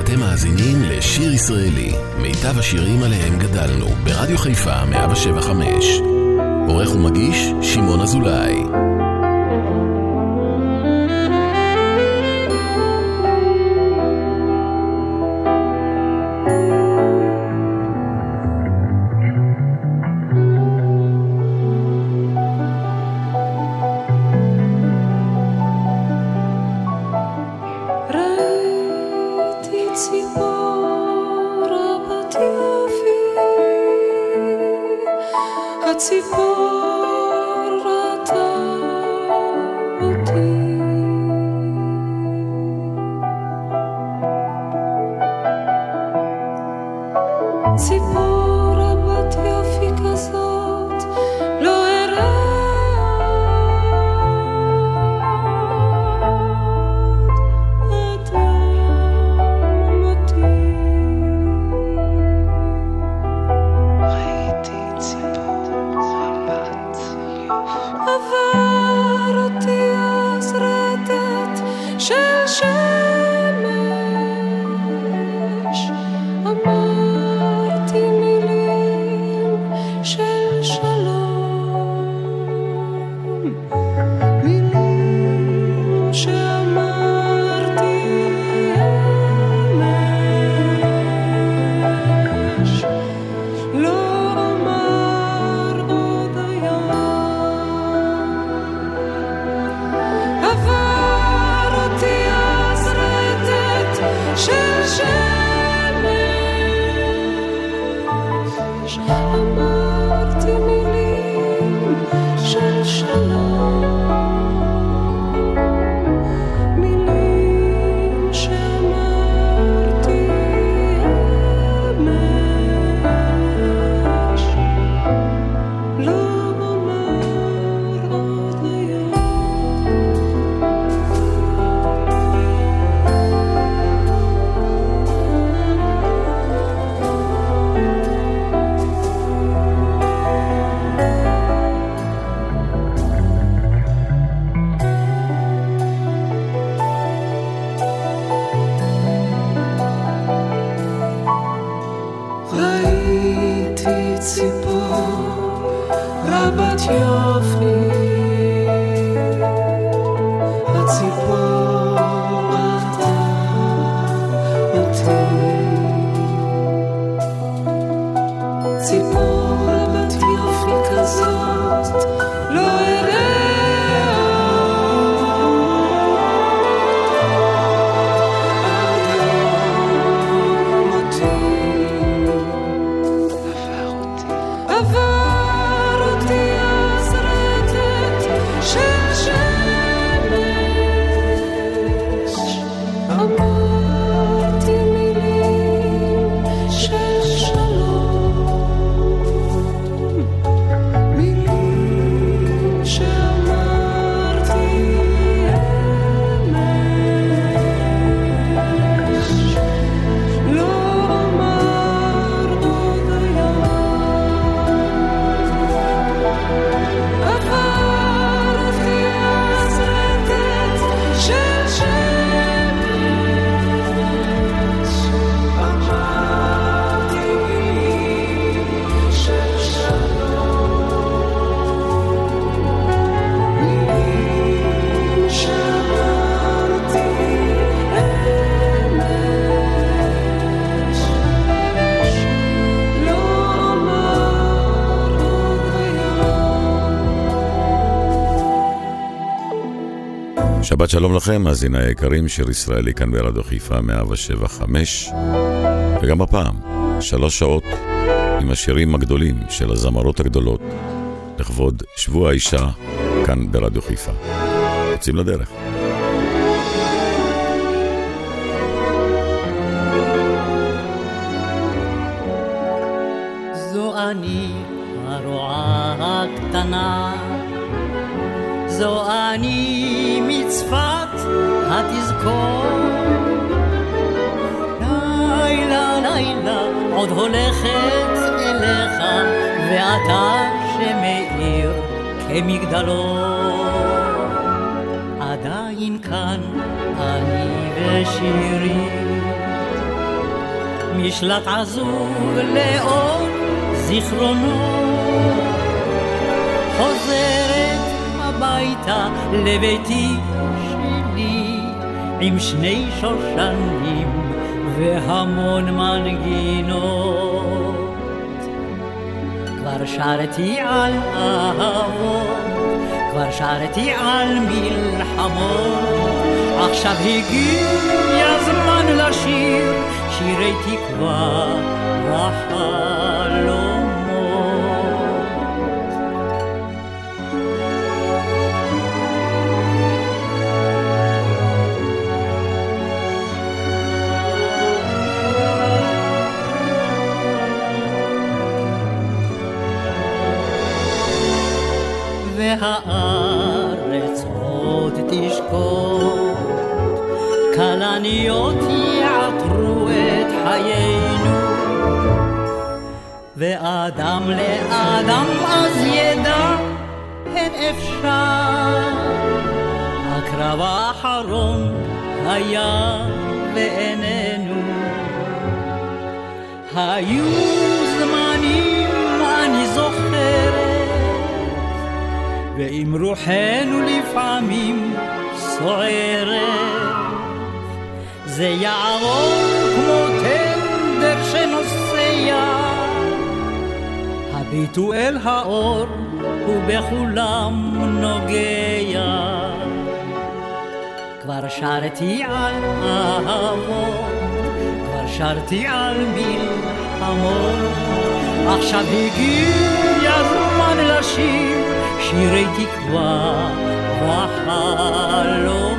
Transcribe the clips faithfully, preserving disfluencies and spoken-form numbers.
אתם מאזינים לשיר ישראלי, מיטב השירים עליהם גדלנו, ברדיו חיפה מאה שבע חמש. עורך ומגיש שמעון אזולאי. שבת שלום לכם, מאזיני היקרים, שיר ישראלי כאן ברדיו חיפה מאה שבע חמש, וגם הפעם שלוש שעות עם השירים הגדולים של הזמרות הגדולות לכבוד שבוע האישה כאן ברדיו חיפה. יוצאים לדרך. זו אני הרועה הקטנה, זו אני מצפת התזכור, לילה לילה עוד הולכת אליך, ואתה שמאיר כמגדלור. עדיין כאן אני ושירי, משלט עזוב לאור זיכרונות, חוזרת הביתה לביתי שלי עם שני שושנים והמון מנגינות. כבר שרתי על אהבות, כבר שרתי על מלחמות, עכשיו הגיע זמן לשיר שירי תקווה וחלומות. והארץ עוד תשקוט, כלניות יעטרו את חיינו, ואדם לאדם אז ידע אין אפשר. הקרב האחרון היה ואיננו, היו זמנים אני זוכרת, ועם רוחנו לפעמים סוערת, זה יעבור כמו טנדר שנוסע, הביטו אל האור ובכולם נוגע. כבר שרתי על אהבות, כבר שרתי על מלחמות, עכשיו הגיע הזמן לשיר שירי תקווה וחלומות.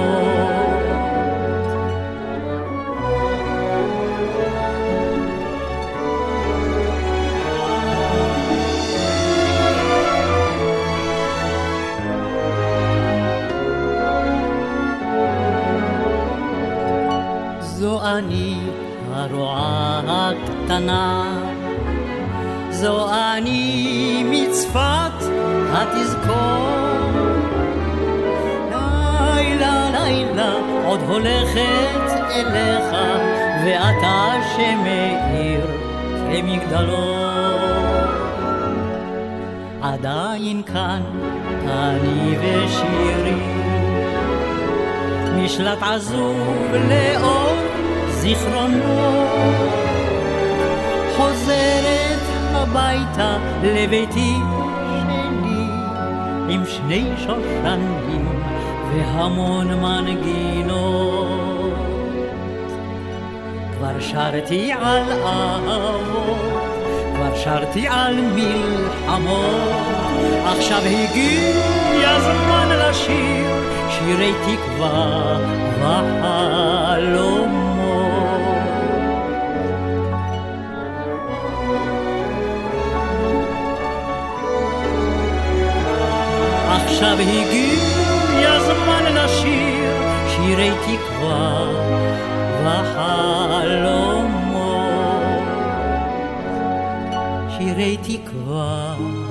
זו אני הרועה הקטנה, זו אני מצפת התזכור, לילה לילה עוד הולכת אליך, ואתה שמאיר כמגדלור. עדיין כאן אני ושירי, משלט עזוב לאור זיכרונות, חוזרת הביתה לביתי שלי עם שני שושנים והמון מנגינות. כבר שרתי על אהבות, כבר שרתי על מלחמות, עכשיו הגיע זמן לשיר שירי תקווה וחלומות. עכשיו הגיע זמן לשיר שירי תקווה וחלומות, שירי תקווה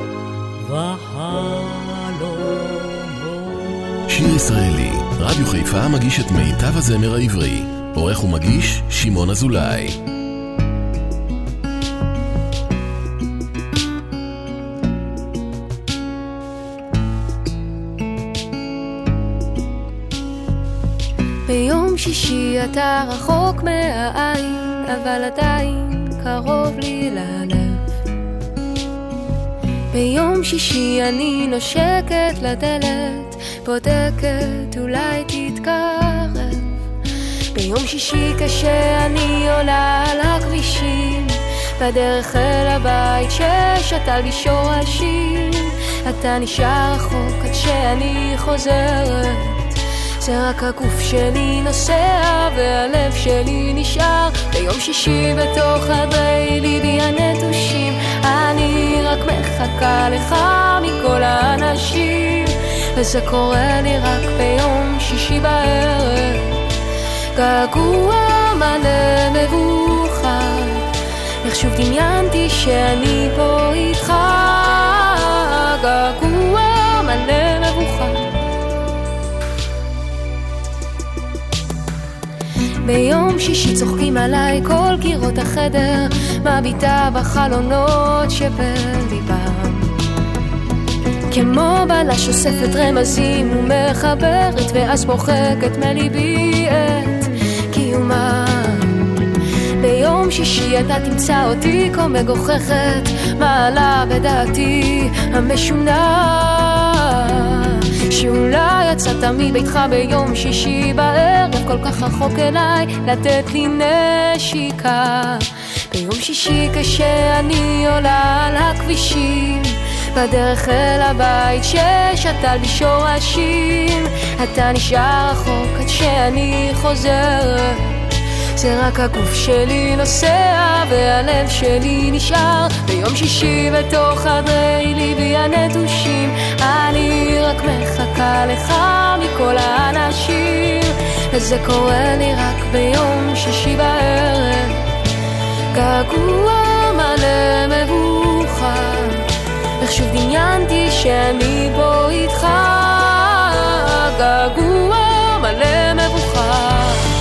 וחלומות. שיר ישראלי, רדיו חיפה מגיש את מיטב הזמר העברי. עורך ומגיש שמעון אזולאי. ביום שישי אתה רחוק מהעין, אבל עדיין קרוב לי ללב. ביום שישי אני נושקת לדלת, בודקת אולי תתקרב. ביום שישי כשאני עולה על הכבישים, בדרך אל הבית ששתל לי שורשים, אתה נשאר רחוק עד שאני חוזרת. זה רק הגוף שלי נוסע והלב שלי נשאר. ביום שישי בתוך חדרי ליבי הנטושים, אני רק מחכה לך מכל האנשים, וזה קורה לי רק ביום שישי בערב. געגוע מלא מבוכה, איך שוב דמיינתי שאני פה איתך. געגוע מלא מבוכה. ביום שישי צוחקים עליי כל כל קירות החדר, מביטה בחלונות שבליבם. כמו בלש אוספת רמזים ומחברת, ואז מוחקת מליבי את קיומה. ביום שישי אתה תמצא אותי כה מגוחכת, מעלה בדעתי המשונה שאולי יצאת מביתך ביום שישי בערב, כל כך רחוק אליי לתת לי נשיקה. ביום שישי כשאני עולה על הכבישים, בדרך אל הבית ששתל בשורשים, אתה נשאר רחוק עד שאני חוזרת. זה רק הגוף שלי נוסע והלב שלי נשאר ביום שישי בתוך חדרי ליבי הנטושים. אני רק מחכה לך מכל האנשים, וזה קורה לי רק ביום שישי בערב. געגוע מלא מבוכה, איך שוב דמיינתי שאני בו איתך. געגוע מלא מבוכה,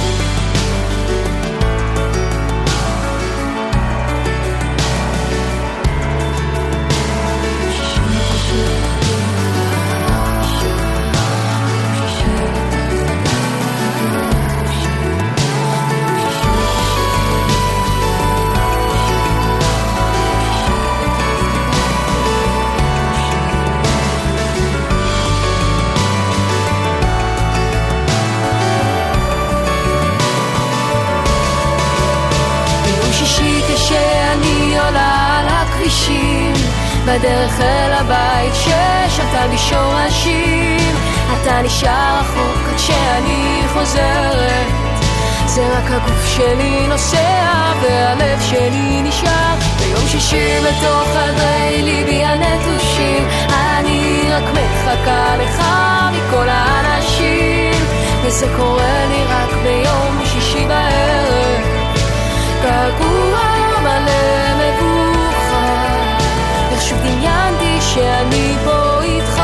בדרך אל הבית ששתל בשורשים, אתה נשאר רחוק עד שאני חוזרת. זה רק הגוף שלי נוסע והלב שלי נשאר ביום שישי בתוך חדרי ליבי הנטושים. אני רק מחכה לך מכל האנשים, וזה קורה לי רק ביום שישי בערב. געגוע מלא מבוכה, איך שוב דמיינתי שאני פה איתך.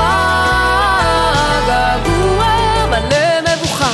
געגוע מלא מבוכה,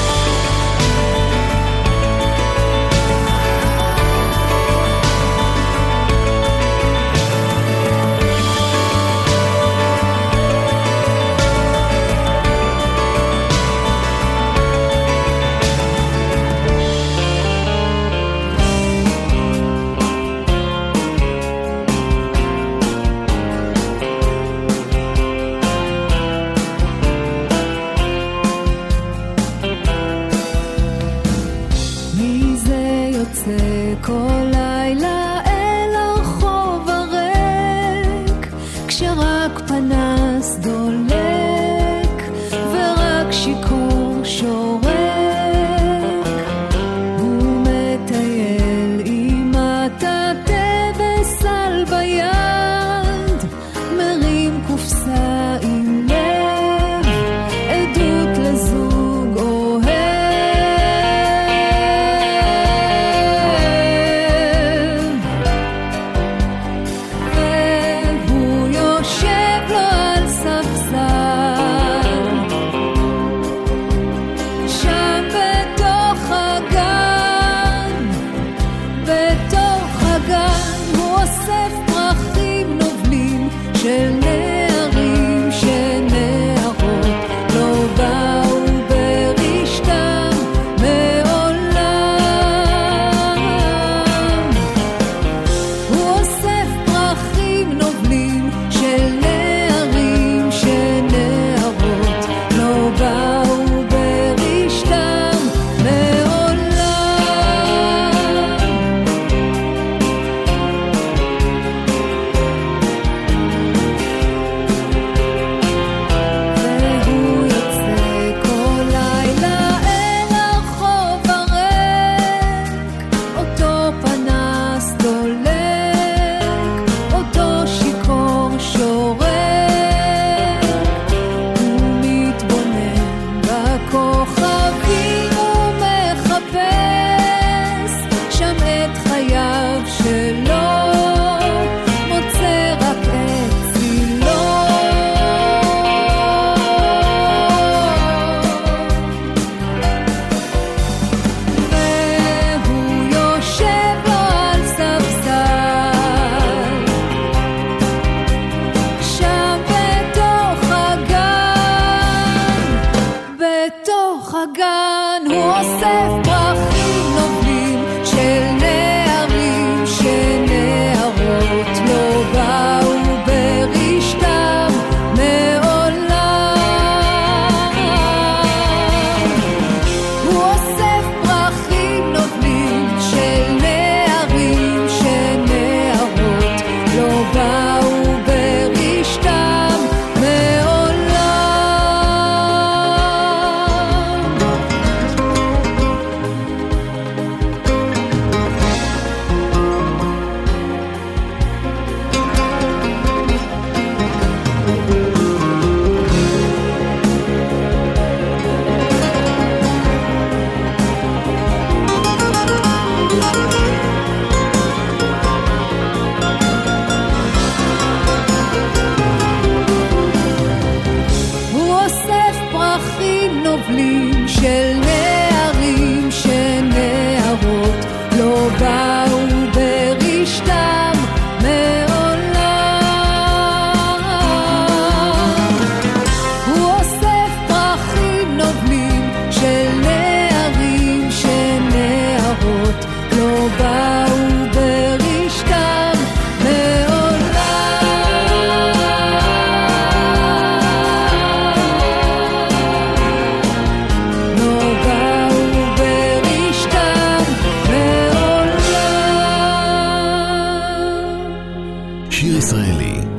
כל לילה אל הרחוב הריק, כשרק פנס דולק ורק שיקור שורק. הוא מטייל עם מטאטא וסל ביד, מרים קופסה עם לב, עדות לזוג אוהב.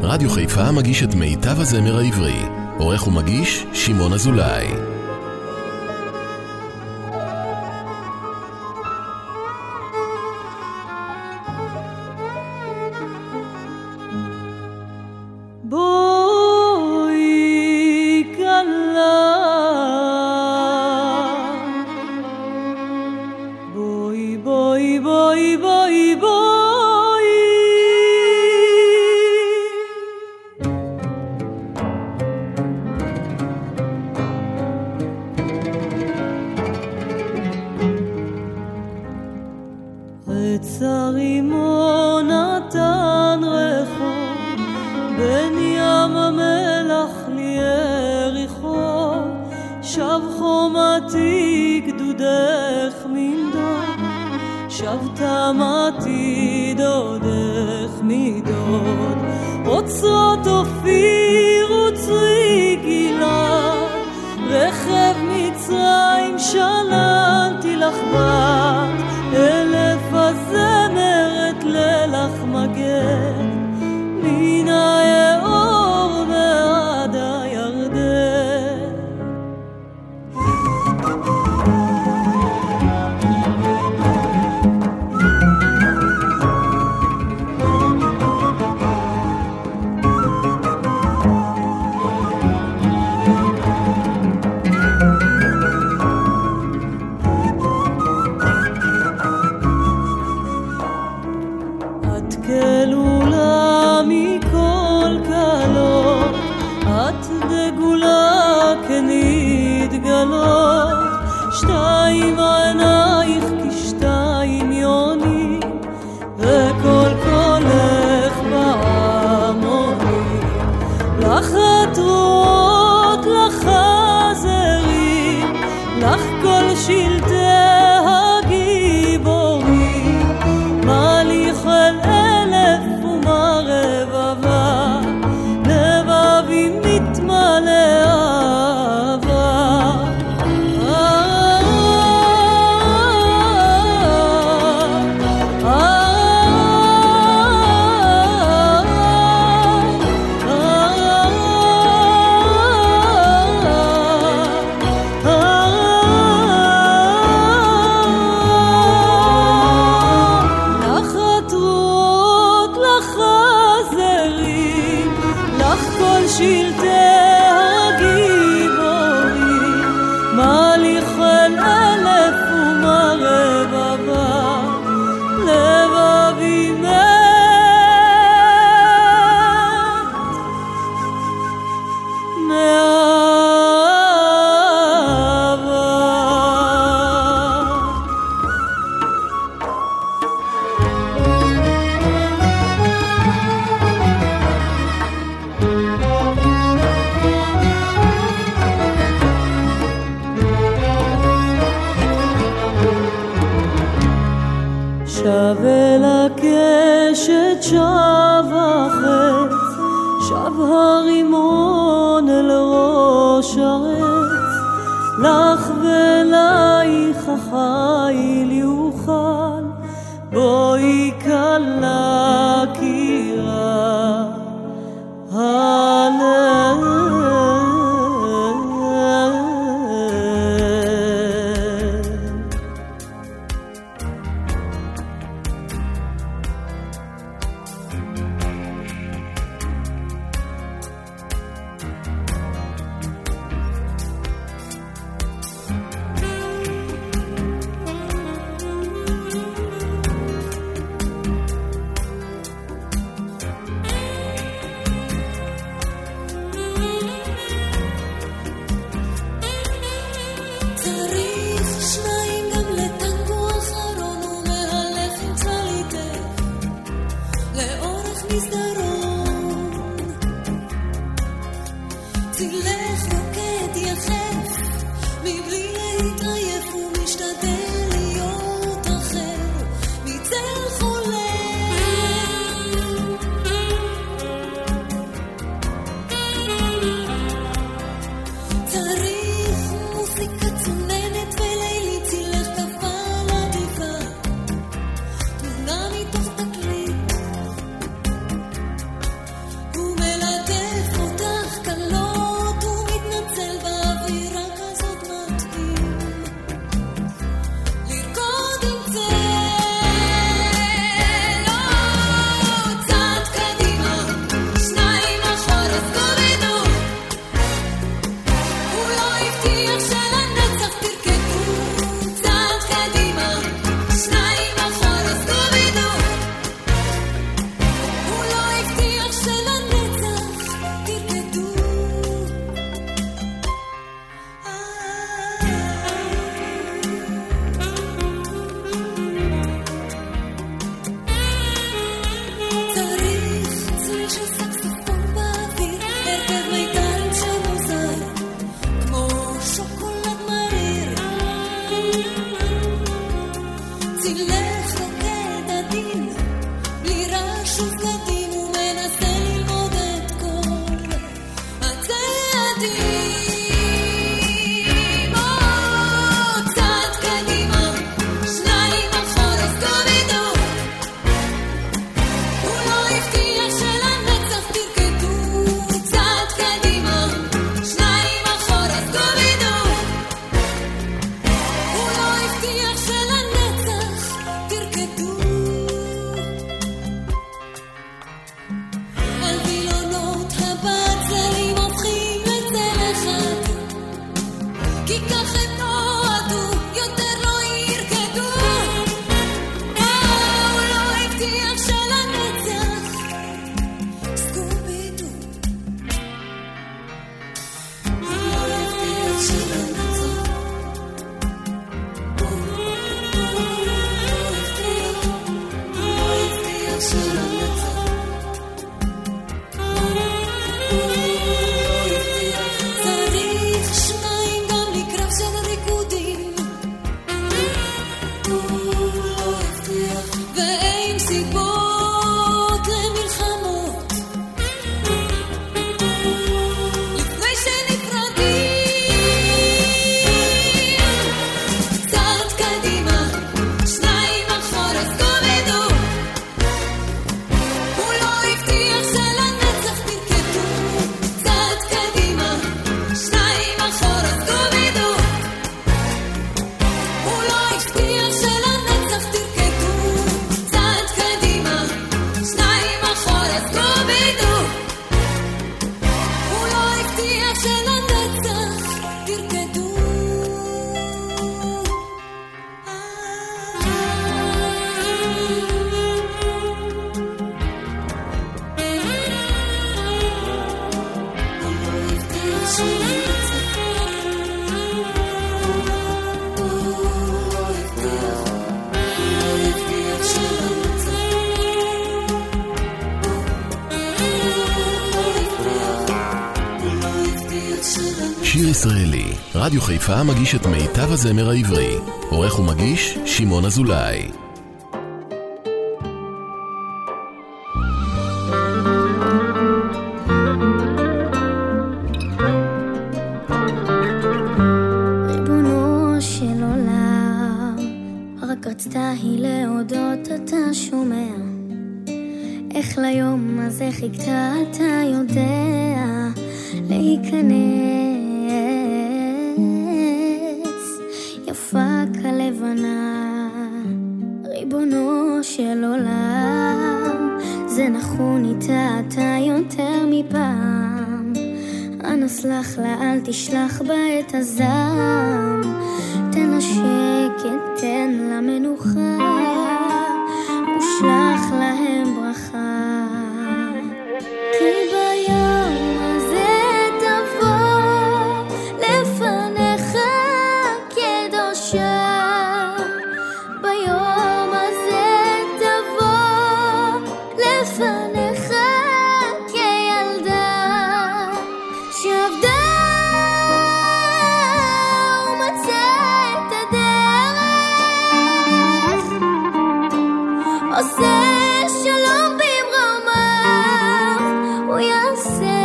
רדיו חיפה מגיש את מיטב הזמר העברי. עורך ומגיש שמעון אזולאי. שיר ישראלי, רדיו חיפה מגיש את מיטב הזמר העברי. עורך ומגיש שמעון אזולאי. ריבונו של עולם, רק רצתה היא להודות, אתה שומע איך ליום הזה חיכתה, אתה יודע להיכנס יפה כלבנה. ריבונו של עולם, זה נכון איתה אתה יותר מפעם, אנא סלח לה, אל תשלח בה את הזעם, תן לה שקט, תן לה מנוחה, ושלח להם ברכה. כי ביום הזה תבוא לפניך קדושה, ביום הזה תבוא לפניך כילדה שעבדה ומצאה את הדרך, עושה שלום במרומיו, הוא יעשה,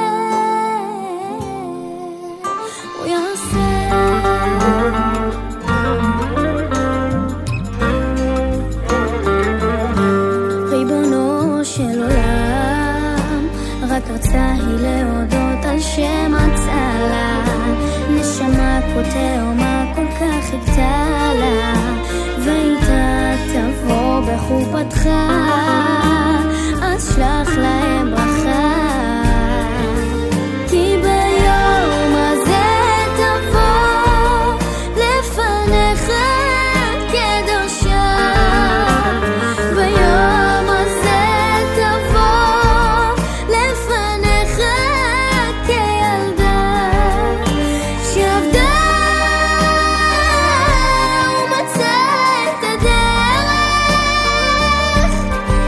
הוא יעשה. ריבונו של עולם, רק רצה היא להודות על שמצא לה, נשמה כה תאומה כל כך חיכתה לה, ואיתה תבוא בחופתך, אז שלח להם ברכה. כי ביום הזה תבוא לפניך קדושה, ביום הזה תבוא לפניך כילדה שעבדה ומצאה את הדרך,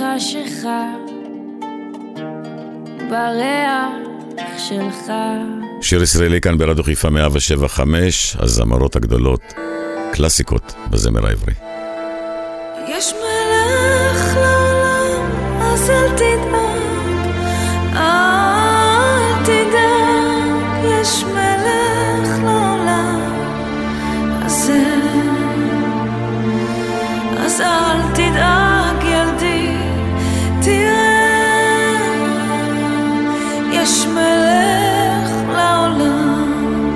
בחשיכה, בריח שלך. שיר ישראלי כאן ברדיו חיפה מאה שבע חמש, הזמרות הגדולות, קלאסיקות בזמר העברי. יש מלך לעולם, אז אל תדאג, אל תדאג, יש מלך לעולם, אז אז אל תדאג ילדי, תראה, יש מלך לעולם.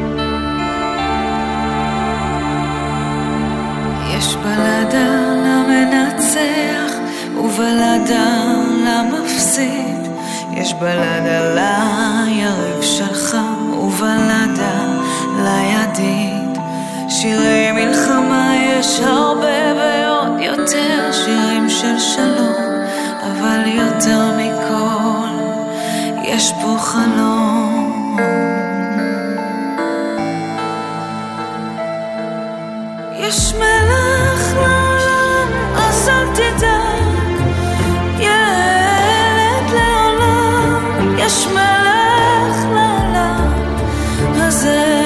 יש בלדה למנצח ובלדה למפסיד, יש בלדה ליריב שלך ובלדה לידיד. שירי מלחמה יש הרבה ועוד יותר, שירים של שלום, אבל יותר מכל יש פה חלום. יש מלך לעולם, אז אל תדאג, ילד לעולם, יש מלך לעולם, אז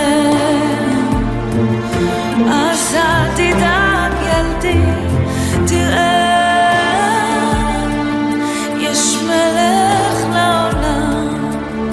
אז אל תדאג ילדי, תראה, יש מלך לעולם.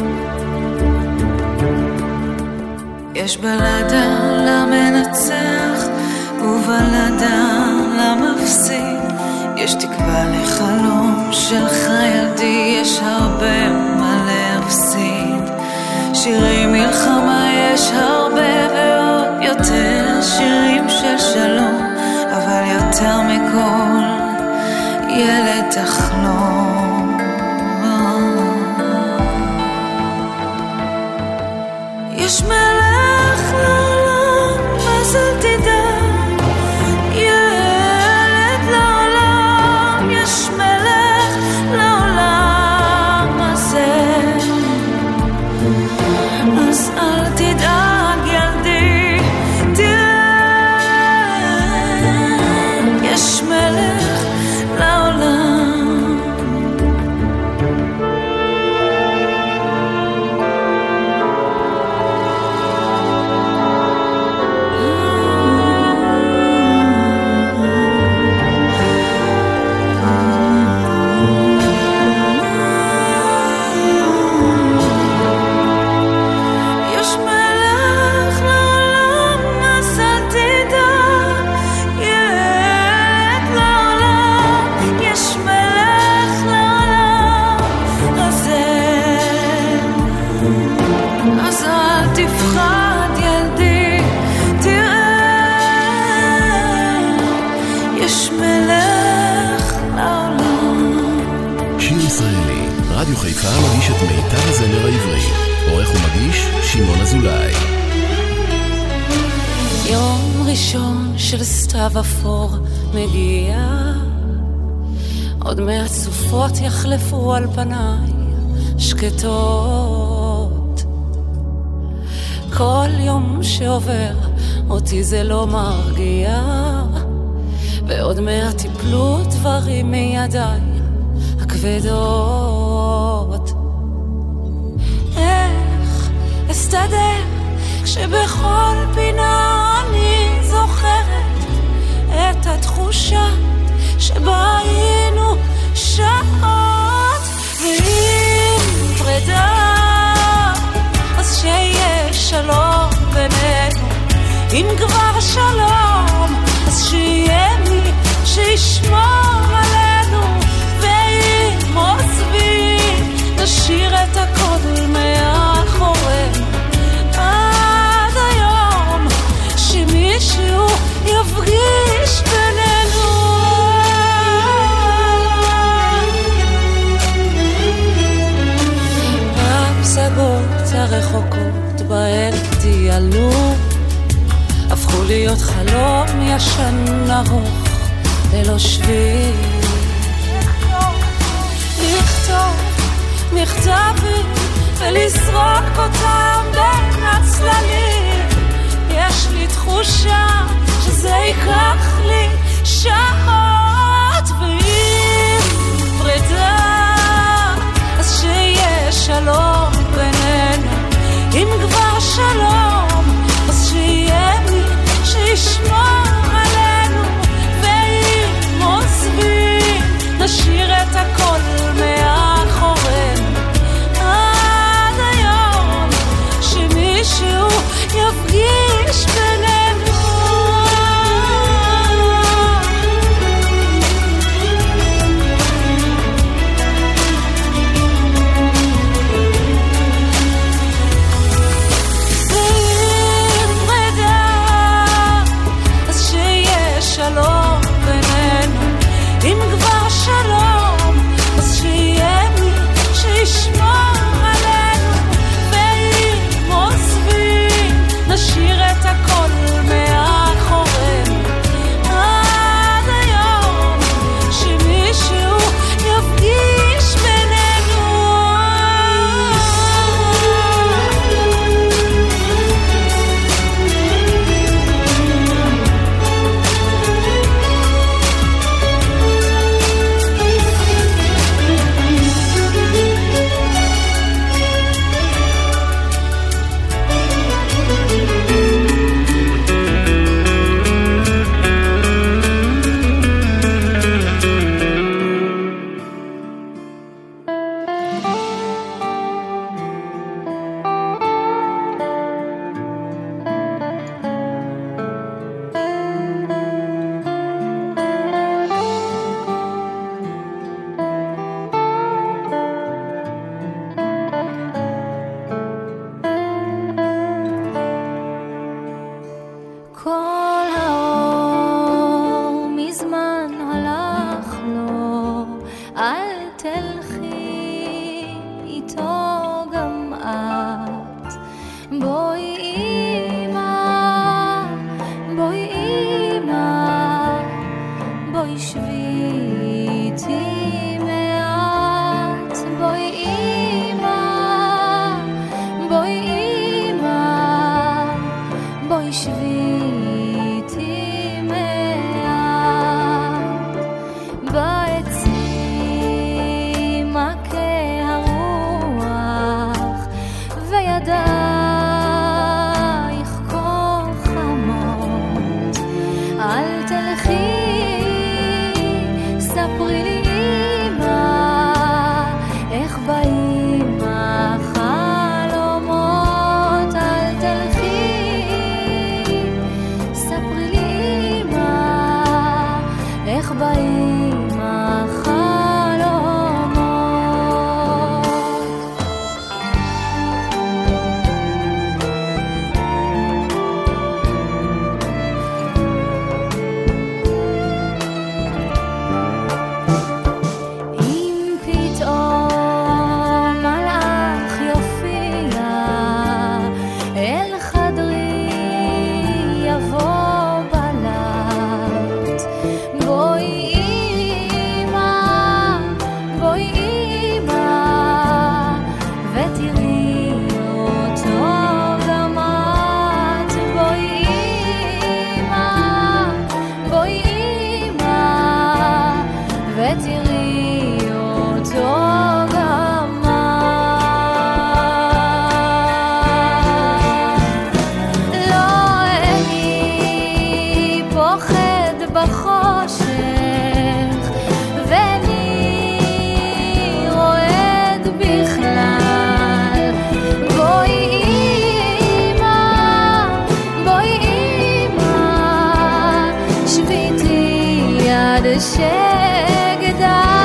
יש בלדה למנצח ובלדה למפסיד, יש תקווה לחלום שלך ילדי, יש הרבה מה להפסיד. שירי מלחמה יש הרבה ועוד יותר, שירים של שלום, אבל יותר מכל ילד תחלום. יש מלך לעולם, אז אל תדאג, ילד לעולם, יש מלך לעולם הזה, אז אל תדאג ילדי, תראה, יש מלך לעולם. רדיו חיפה מגיש את מיטב הזמר העברי. עורך ומגיש שמעון אזולאי. יום ראשון של סתיו אפור מגיע, עוד מעט סופות יחלפו על פניי שקטות. כל יום שעובר אותי זה לא מרגיע, ועוד מעט טיפלו דברים מידיי הכבדות. איך אסתדר כשבכל פינה אני זוכרת את התחושה שבה היינו שעות, ואם פרידה אז שיהיה שלום בינינו, אם כבר שלום אז שיהיה מי שישמור עלינו, ואם עוזבים נשאיר את הכל מאחורינו, עד היום שמישהו יפגיש בינינו. הפסגות הרחוקות בהן טיילו הפכו להיות חלום ישן ארוך ללא שביל. לכתוב מכתבים ולזרוק אותם בין הצללים, יש לי תחושה שזה ייקח לי שעות, ואם ידייך כה חמות, אל תלכי, ספרי לי אמא, איך באים החלומות, אל תלכי, ספרי לי אמא, איך באים שגדל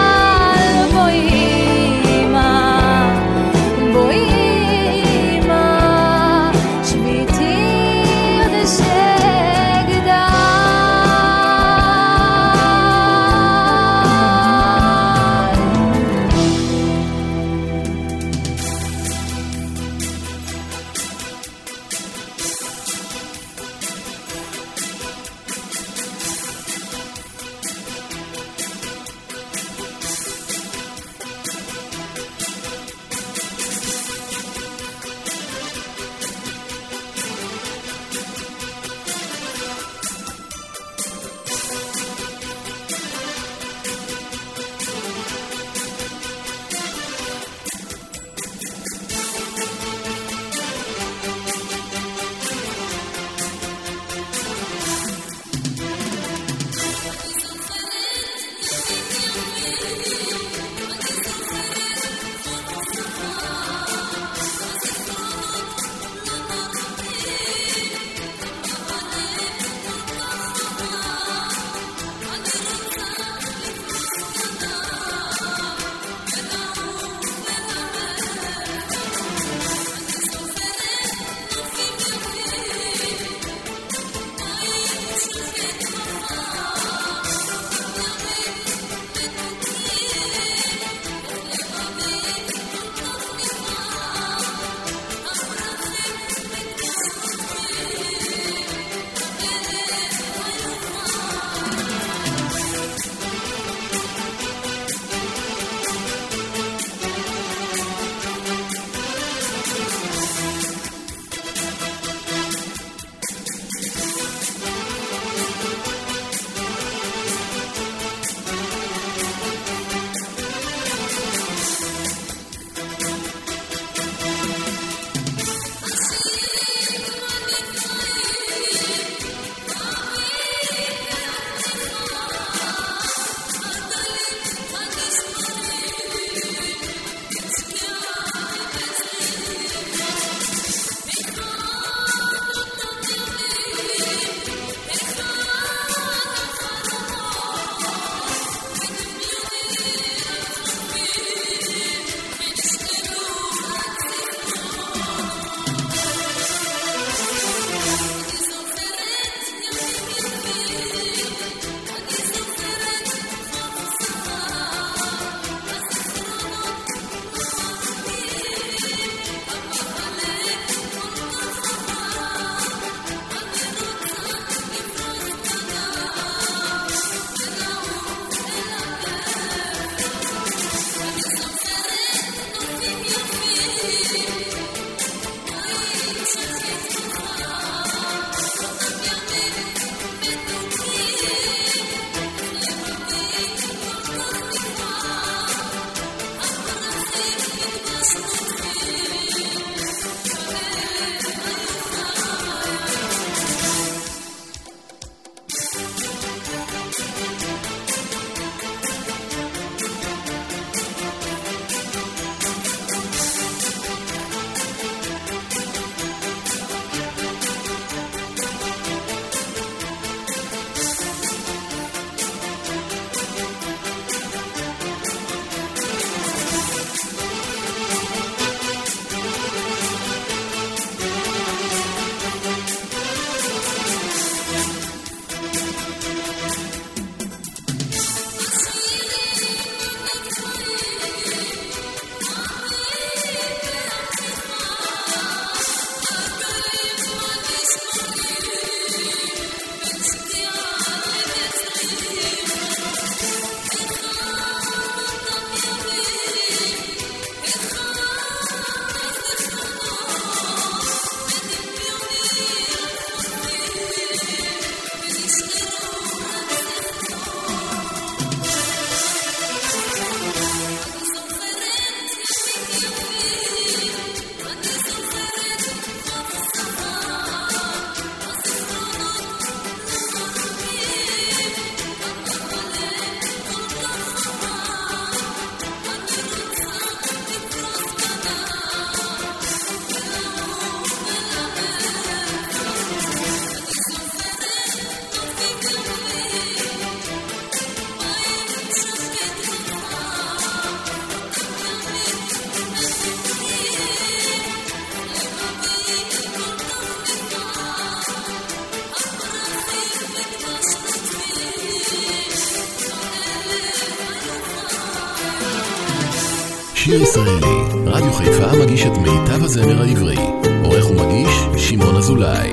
שיר ישראלי, רדיו חיפה מגיש את מיטב הזמר העברי. עורך ומגיש שמעון אזולאי.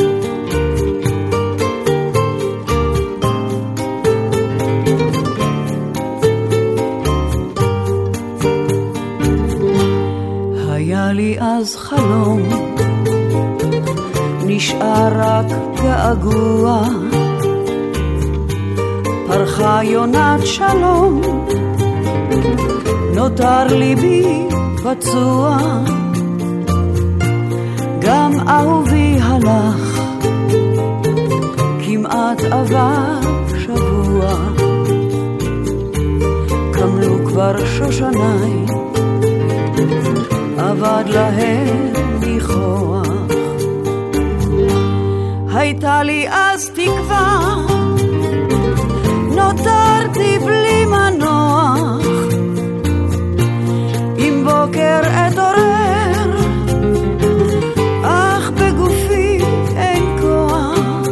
היה לי אז חלום, נשאר רק געגוע, פרחה יונת שלום, נותר ליבי פצוע, גם אהובי הלך, כמעט עבר שבוע, קמלו כבר שושני, עבד להם ניחוח. הייתה לי אז תקווה, נותרתי בלי מנוח, עם בוקר אתעורר, אך בגופי אין כוח,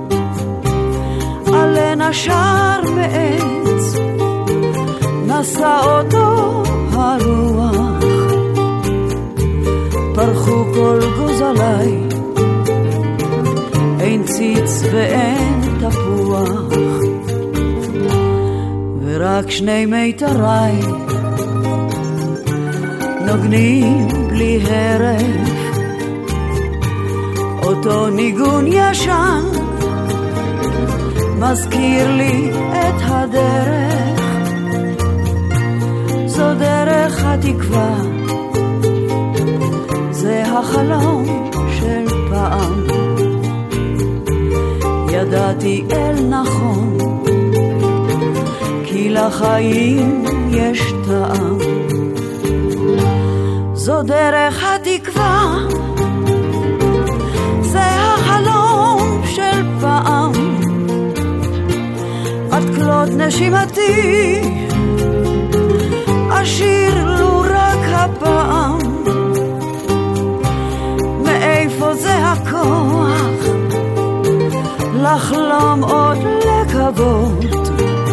עלה נשר מעץ, נשא אותו הרוח, פרחו כל גוזלי, אין ציץ ואין תפוח, ורק שני מיתרי נוגנים בלי הרף, אותו ניגון ישן מזכיר לי את הדרך, זו דרך התקווה, זה החלום של פעם, ידעתי אל נכון, כי לחיים יש טעם, זו דרך התקווה, זה החלום של פעם, עד כלות נשימתי, אשיר לו רק הפעם, מאיפה זה הכוח, לחלום עוד לקוות,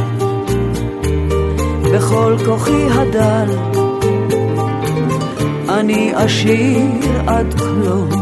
בכל כוחי הדל, אני אשיר עד כלות.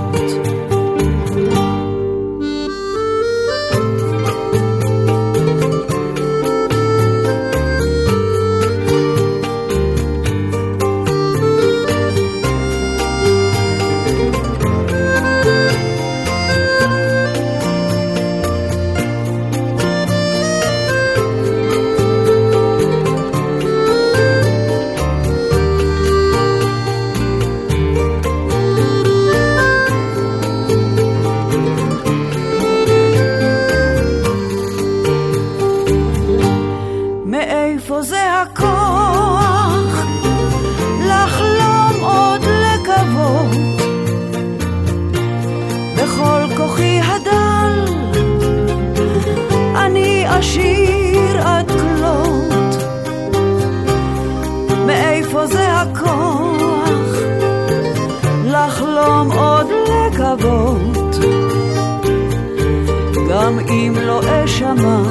גם אם לא אשמע,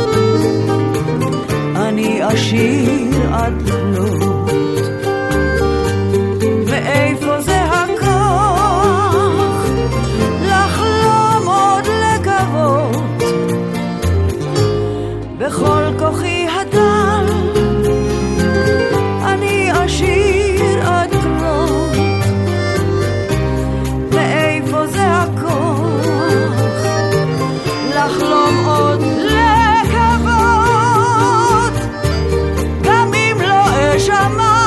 אני אשיר עד כלות. מאיפה זה הכוח לחלום עוד לקוות, בכל כוחי הדל אני אשיר עד כלות. מאיפה זה הכוח לחלום עוד לקוות, גם אם לא אשמע,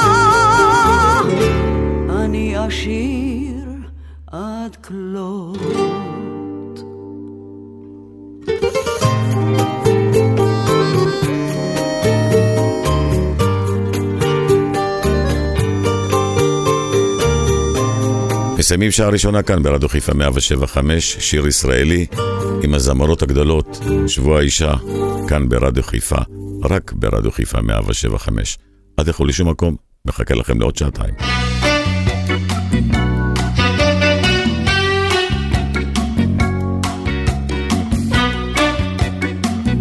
אני אשיר עד כלות. מסיימים שעה ראשונה כאן ברדיו חיפה מאה שבע וחמש, שיר ישראלי עם הזמרות הגדולות, שבוע האישה, כאן ברדיו חיפה, רק ברדיו חיפה מאה שבע וחמש. עד יכו לשום מקום, מחכה לכם לעוד שעתיים.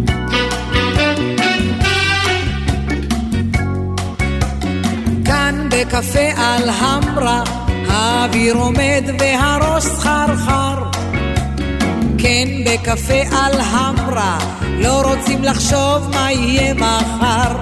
כאן בקפה על המרה, האוויר עומד והראש סחרחר. כן, בקפה על המרה, לא רוצים לחשוב מה יהיה מחר.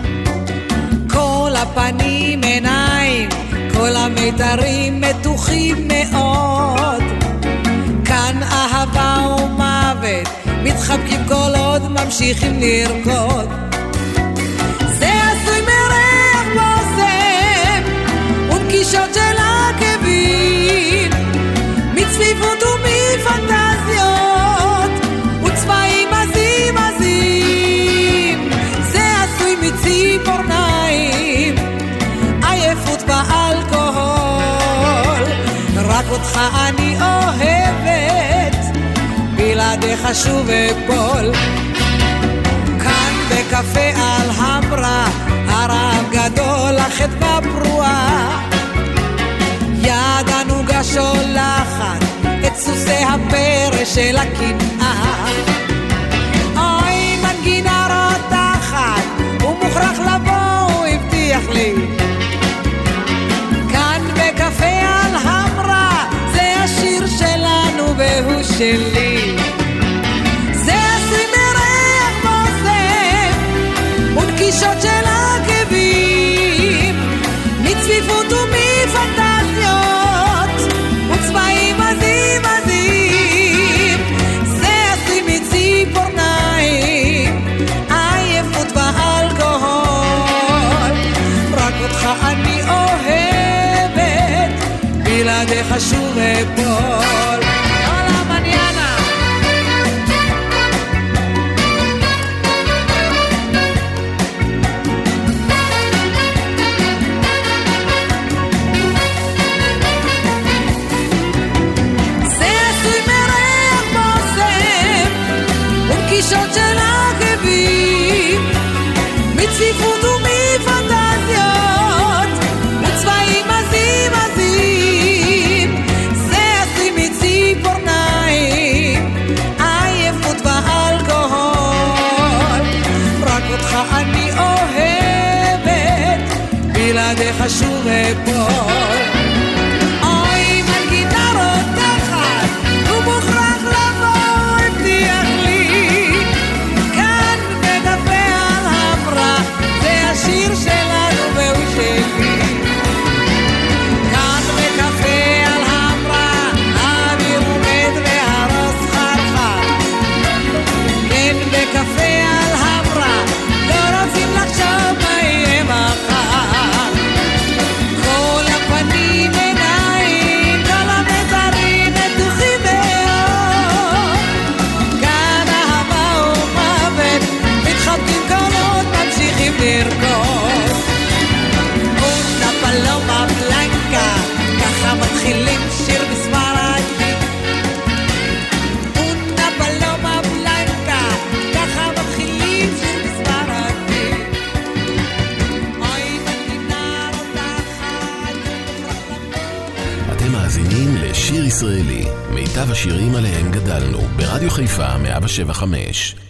כל הפנים עיניים, כל המיתרים מתוחים מאוד. כאן אהבה ומוות, מתחבקים כל עוד ממשיכים לרקוד. זה עשוי מריח בושם ונקישות של עקבים, מצפיפות ומפנטזיות וצבעים עזים עזים. זה עשוי מציפורניים, עייפות באלכוהול. רק אותך אני אוהבת, בלעדיך שוב אפול. כאן בקפה על המרה, הרב גדול, החטבה פרועה. יד הנוגה שולחת את סוסי הפרא של הקנאה. אוי, מנגינה רותחת, הוא מוכרח לבוא, הוא הבטיח לי. כאן בקפה על המרה, זה השיר שלנו והוא שלי. זה עשוי מריח בושם ונקישות של עקבים, מצפיפות ומפנטזיות וצבעים עזים עזים. זה עשוי מציפורניים, עייפות באלכוהול. רק אותך אני אוהבת, בלעדיך שוב אפול. הולה מניאנה. זה עשוי מריח בושם ונקישות של עקבים, מצפיפות ומפנטזיות וצבעים עזים עזים. זה עשוי מציפורניים, עייפות באלכוהול. רק אותך אני אוהבת, בלעדיך שוב אפול. אוי, מנגינה רותחת, הוא מוכרח לבוא, הבטיח לי. כאן בקפה על המרה, זה השיר שלנו והוא שלי. כאן בקפה על המרה, האוויר עומד והראש סחרחר. כן, בקפה על המרה, לא רוצים לחשוב מה יהיה מחר. כל הפנים עיניים, כל המיתרים מתוחים מאוד. כאן אהבה ומוות, מתחבקים כל עוד ממשיכים לרקוד. אונה פלומה בלנקה, ככה מתחילים שיר בספרדית. אונה פלומה בלנקה, ככה מתחילים שיר בספרדית. אוי, מנגינה רותחת, אתם מאזינים לשיר ישראלי, מיטב השירים עליהם גדלנו, ברדיו חיפה מאה שבע חמש.